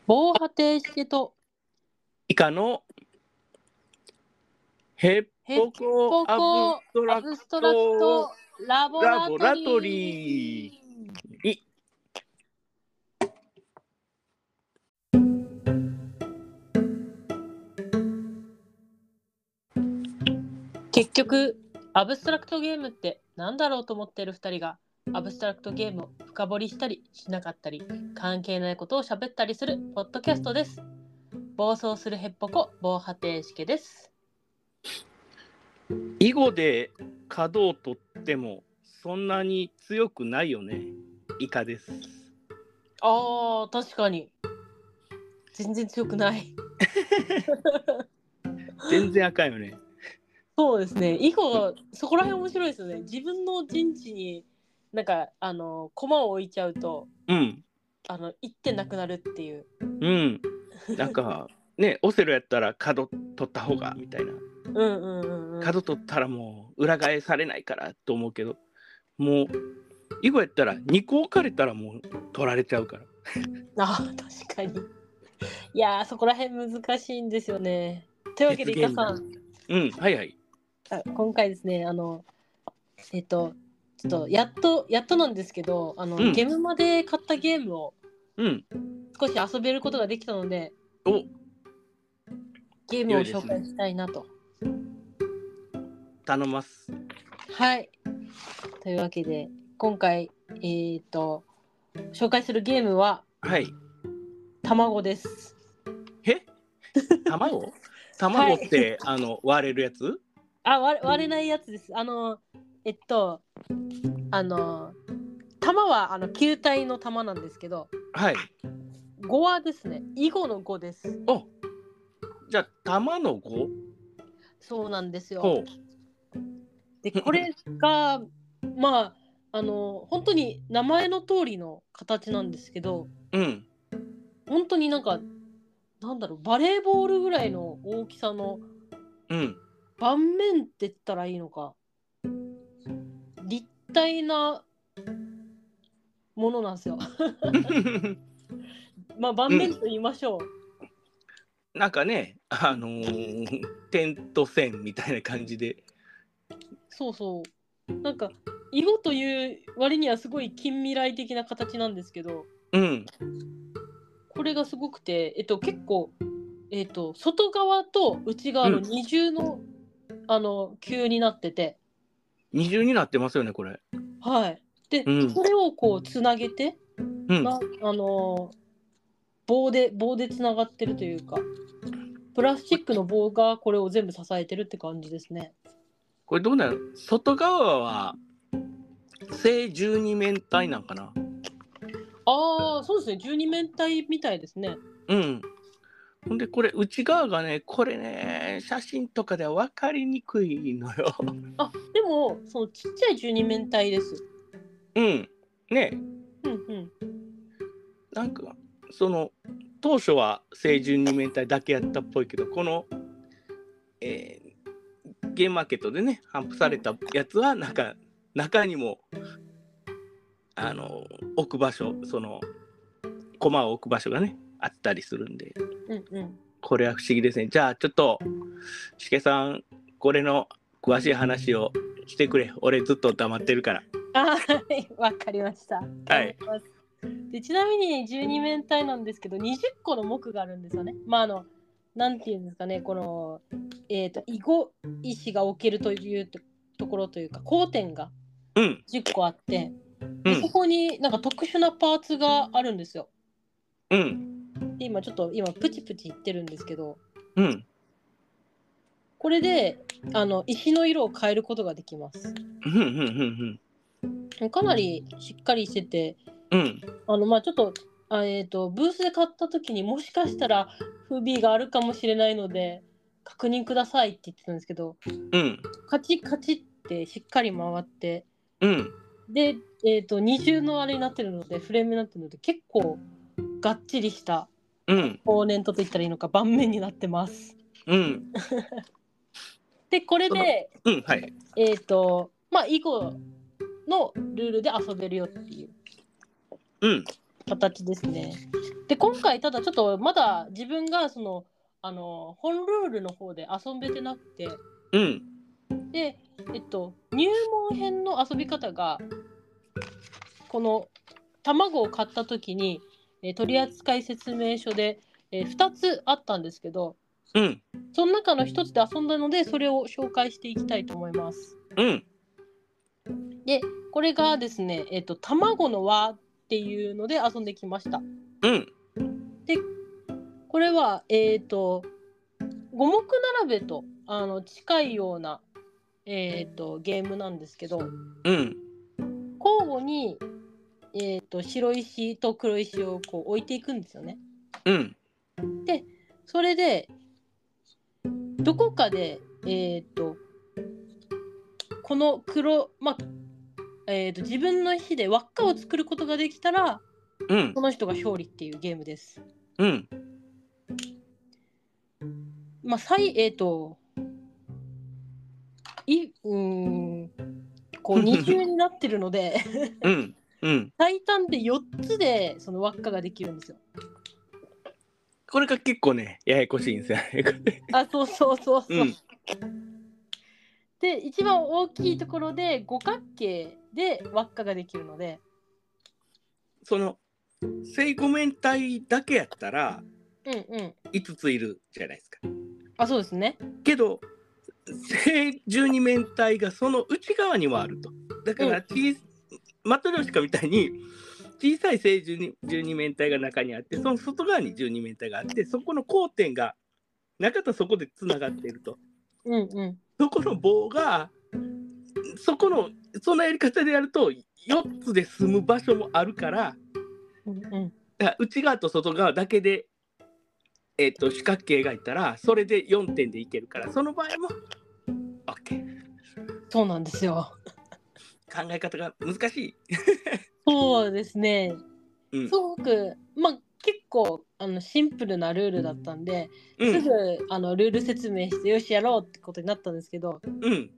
防波堤式と以下のヘッポコアブストラクトラボラトラボラトリリー。 ー。 結局アブストラクトゲームって何だろうと思っている2人がアブストラクトゲームを深掘りしたりしなかったり関係ないことを喋ったりするポッドキャストです。暴走するヘッポコ防波堤式です。 囲碁で角を取ってもそんなに強くないよね。イカです。 確かに全然強くない全然赤いよね。 そうですね。囲碁そこら辺面白いですよね。自分の陣地になんか駒を置いちゃうとうん 1点なくなるっていう。 なんかね、オセロやったら角取った方がみたいな、角取ったらもう裏返されないからと思うけど、もう囲碁やったら2個置かれたらもう取られちゃうから。 確かに。いやそこら辺難しいんですよね。というわけでイカさん、 はいはい。 今回ですねちょっとやっとなんですけどゲームまで買ったゲームを少し遊べることができたので、ゲームを紹介したいなと。 頼ます。 はい。というわけで今回紹介するゲームは卵です。 卵？卵って、はい、割れるやつ？ 割れないやつです。玉は球体の玉なんですけど、 はい。 語はですね、囲碁の碁です。 じゃあ玉の碁？ そうなんですよ。でこれがまあ本当に名前の通りの形なんですけど、本当になんだろう、バレーボールぐらいの大きさの、盤面って言ったらいいのか、立体なものなんですよ。盤面と言いましょう。 なんかね、点と線みたいな感じで。 そうなんか囲碁という割にはすごい近未来的な形なんですけど、これがすごくて、結構、外側と内側の二重の、球になってて、 二重になってますよねこれ。 はい。で、それをこうつなげて、棒でつながってるというか、プラスチックの棒がこれを全部支えてるって感じですね。 これどうなる？外側は正十二面体なんかな？ そうですね、十二面体みたいですね。 ほんでこれ内側がね、これね、写真とかでは分かりにくいのよ。 でもそのちっちゃい十二面体です。 ね。なんかその当初は正十二面体だけやったっぽいけど、この、ゲームマーケットでね頒布されたやつはなんか中にも置く場所、その駒を置く場所がねあったりするんで、これは不思議ですね。じゃあちょっとしけさん、これの詳しい話をしてくれ。俺ずっと黙ってるから。 はい、わかりました。 はい。 でちなみに十二面体なんですけど、20個の目があるんですよね。なんていうんですかね、この囲碁石が置けるというところというか、交点が10個あって、でそこになんか特殊なパーツがあるんですよ。で今プチプチ言ってるんですけど、これで石の色を変えることができます。かなりしっかりしてて、ちょっとブースで買った時にもしかしたら不備があるかもしれないので確認くださいって言ってたんですけど、カチカチってしっかり回って、で、二重のあれになってるので、フレームになってるので結構がっちりしたコンポーネントといったらいいのか、盤面になってます。でこれで囲碁のルールで遊べるよっていう形ですね。 で今回ただちょっとまだ自分がその本ルールの方で遊べてなくて、 うん、 で入門編の遊び方がこの卵を買った時に、取扱説明書で、2つあったんですけど、 うん、 その中の1つで遊んだのでそれを紹介していきたいと思います。 うん、 でこれがですね、卵の輪っていうので遊んできました。 うん、 でこれは五目並べと近いような、ゲームなんですけど、 うん、 交互に、白石と黒石をこう置いていくんですよね。 うん、 でそれでどこかで、この黒、自分の石で輪っかを作ることができたら、 うん、 その人が勝利っていうゲームです。 うん、 まあこう二重になってるのでうん、うん。 最短で4つでその輪っかができるんですよ。 これが結構ね、ややこしいんですよね。 あ、そうそうそうそう。 うん、 で、一番大きいところで五角形で輪っかができるので、 その正五面体だけやったら、5ついるじゃないですか。 あ、そうですね。 けど正十二面体がその内側にもあると。だからマトリョーシカみたいに小さい正十二面体が中にあって、その外側に十二面体があって、そこの交点が中とそこでつながっていると。そこの棒がそのやり方でやると4つで済む場所もあるから、だから内側と外側だけで、四角形がいたらそれで4点でいけるから、その場合も OK。 そうなんですよ。 考え方が難しいそうですね。 すごく結構シンプルなルールだったんで、すぐルール説明してよしやろうってことになったんですけど、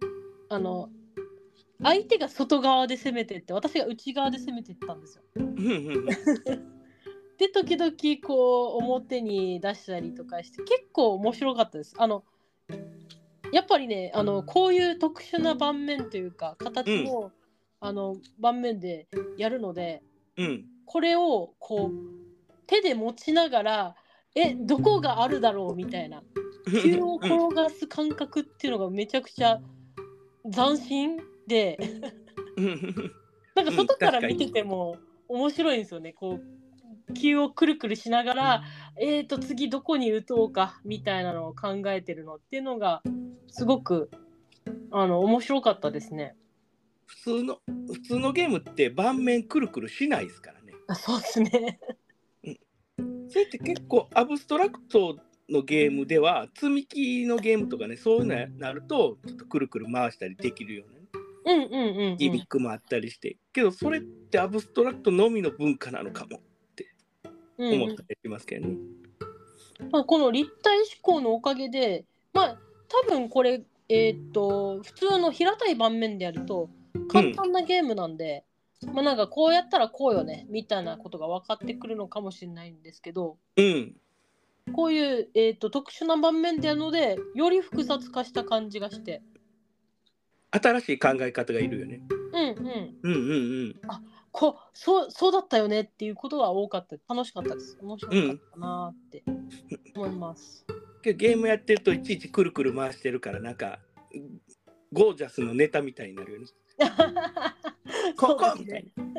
相手が外側で攻めてって私が内側で攻めてったんですよ。で時々こう表に出したりとかして結構面白かったです。やっぱりねこういう特殊な盤面というか形の、盤面でやるので、これをこう手で持ちながらどこがあるだろうみたいな球を転がす感覚っていうのがめちゃくちゃ斬新でなんか外から見てても面白いんですよね。こう球をくるくるしながら次どこに打とうかみたいなのを考えてるのっていうのがすごく面白かったですね。 普通のゲームって盤面くるくるしないですからね。 そうですね。 それって結構アブストラクトのゲームでは積み木のゲームとかね、そういうのになるとちょっとくるくる回したりできるような、ギミックもあったりして、けどそれってアブストラクトのみの文化なのかもって思ったりしますけどね。 この立体思考のおかげで多分これ普通の平たい盤面でやると簡単なゲームなんで、なんかこうやったらこうよねみたいなことが分かってくるのかもしれないんですけど、こういう、特殊な盤面でやるのでより複雑化した感じがして新しい考え方がいるよね。 そうだったよねっていうことが多かった。楽しかったです。面白かったなって思います。 ゲームやってるといちいちくるくる回してるから、なんかゴージャスのネタみたいになるよね。ここみたいな。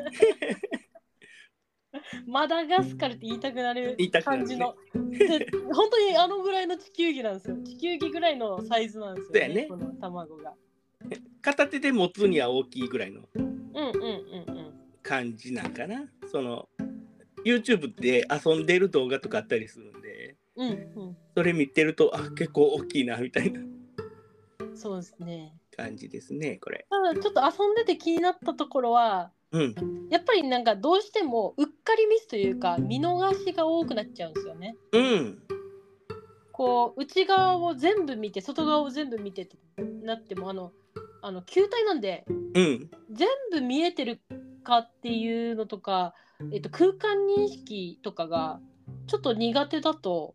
マダガスカルって言いたくなる感じの、で本当にあのぐらいの地球儀なんですよ。地球儀ぐらいのサイズなんですよね。この卵が片手で持つには大きいぐらいの感じなんかな。その YouTube で遊んでる動画とかあったりするんで、それ見てると結構大きいなみたいな。 そうですね。 感じですねこれ。 ただちょっと遊んでて気になったところは、やっぱりなんかどうしてもうっかりミスというか見逃しが多くなっちゃうんですよね。こう内側を全部見て外側を全部見てってなっても球体なんで、全部見えてるかっていうのとか空間認識とかがちょっと苦手だと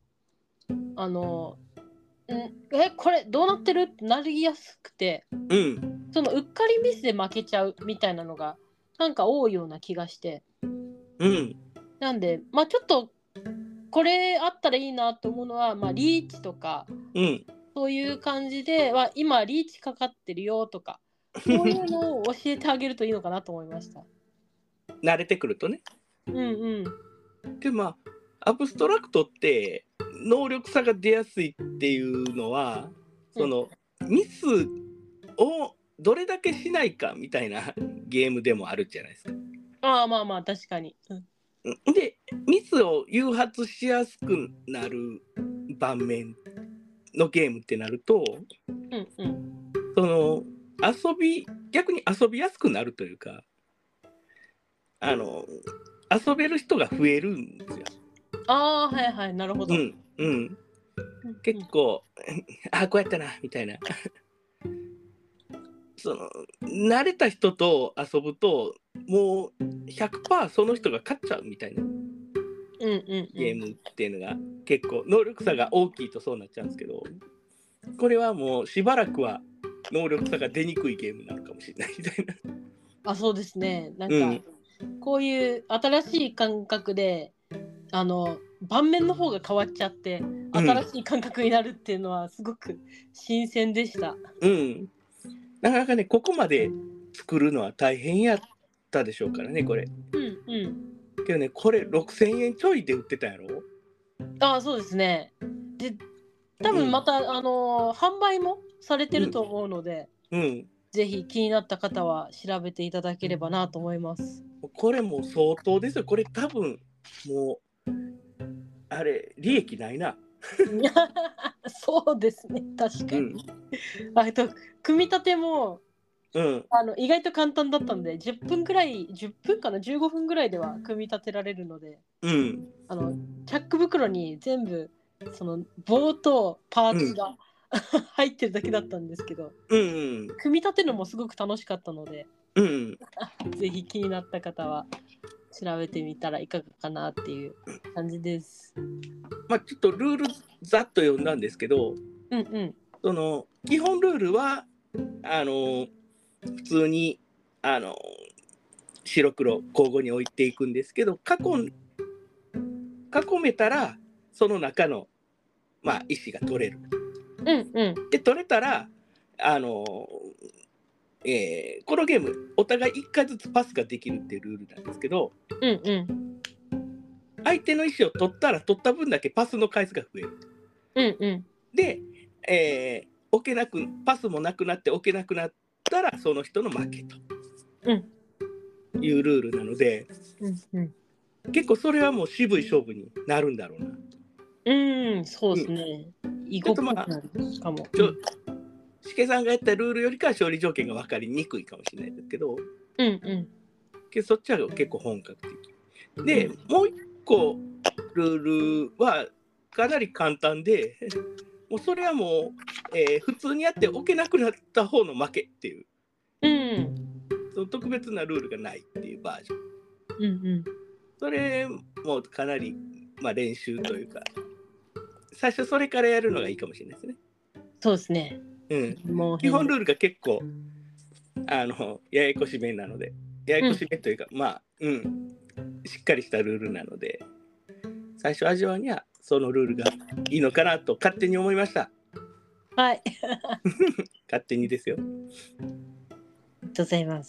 これどうなってるってなりやすくて、そのうっかりミスで負けちゃうみたいなのがなんか多いような気がして、なんでちょっとこれあったらいいなと思うのは、リーチとか、そういう感じで今リーチかかってるよとか、そういうのを教えてあげるといいのかなと思いました。 慣れてくるとね。でアブストラクトって能力差が出やすいっていうのは、そのミスをどれだけしないかみたいなゲームでもあるじゃないですか。 確かに。 でミスを誘発しやすくなる盤面のゲームってなると、その逆に遊びやすくなるというか、遊べる人が増えるんですよ。 なるほど。 結構こうやったなみたいな慣れた人と遊ぶともう 100% その人が勝っちゃうみたいなゲームっていうのが結構能力差が大きいとそうなっちゃうんですけど、これはもうしばらくは能力差が出にくいゲームなのかもしれないみたいな。 そうですね。なんか、こういう新しい感覚で盤面の方が変わっちゃって新しい感覚になるっていうのはすごく新鮮でした。 なかなかねここまで作るのは大変やったでしょうからねこれ。けどねこれ6000円ちょいで売ってたやろ。 そうですね。で多分また、販売もされてると思うので、ぜひ気になった方は調べていただければなと思います。 これも相当ですよ。これ多分もうあれ利益ないな。 そうですね、確かに。組み立ても、意外と簡単だったので10分かな15分ぐらいでは組み立てられるので、チャック袋に全部その棒とパーツが、入ってるだけだったんですけど、組み立てるのもすごく楽しかったので、ぜひ気になった方は調べてみたらいかがかなっていう感じです。 ちょっとルールざっと読んだんですけど、その基本ルールは普通に白黒交互に置いていくんですけど、囲めたらその中の石が取れる。で取れたらこのゲームお互い1回ずつパスができるっていうルールなんですけど、相手の石を取ったら取った分だけパスの回数が増える。で、パスもなくなって置けなくなったらその人の負けというルールなので、結構それはもう渋い勝負になるんだろうな。 そうですね。囲碁っぽくなるかも。 しけさんがやったルールよりかは勝利条件が分かりにくいかもしれないですけど、そっちは結構本格的で、もう一個ルールはかなり簡単で、もうそれはもう、普通にやって置けなくなった方の負けっていう、その特別なルールがないっていうバージョン。それもかなり、練習というか、最初それからやるのがいいかもしれないですね。 そうですね。 基本ルールが結構ややこしめなので、ややこしめというか、しっかりしたルールなので、最初味わうにはそのルールがいいのかなと勝手に思いました。 はい勝手にですよ。 ありがとうございます。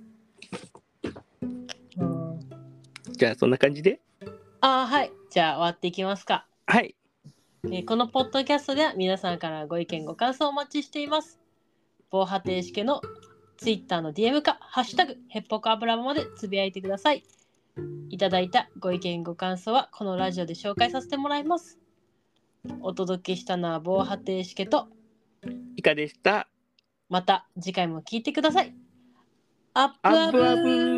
じゃあそんな感じで、 はい、じゃあ終わっていきますか。 はい。 このポッドキャストでは皆さんからご意見ご感想をお待ちしています。防波堤式のツイッターの DM かハッシュタグヘッポコアブラボまでつぶやいてください。いただいたご意見ご感想はこのラジオで紹介させてもらいます。お届けしたのは防波堤式といかでした。 また次回も聞いてください。アップアップ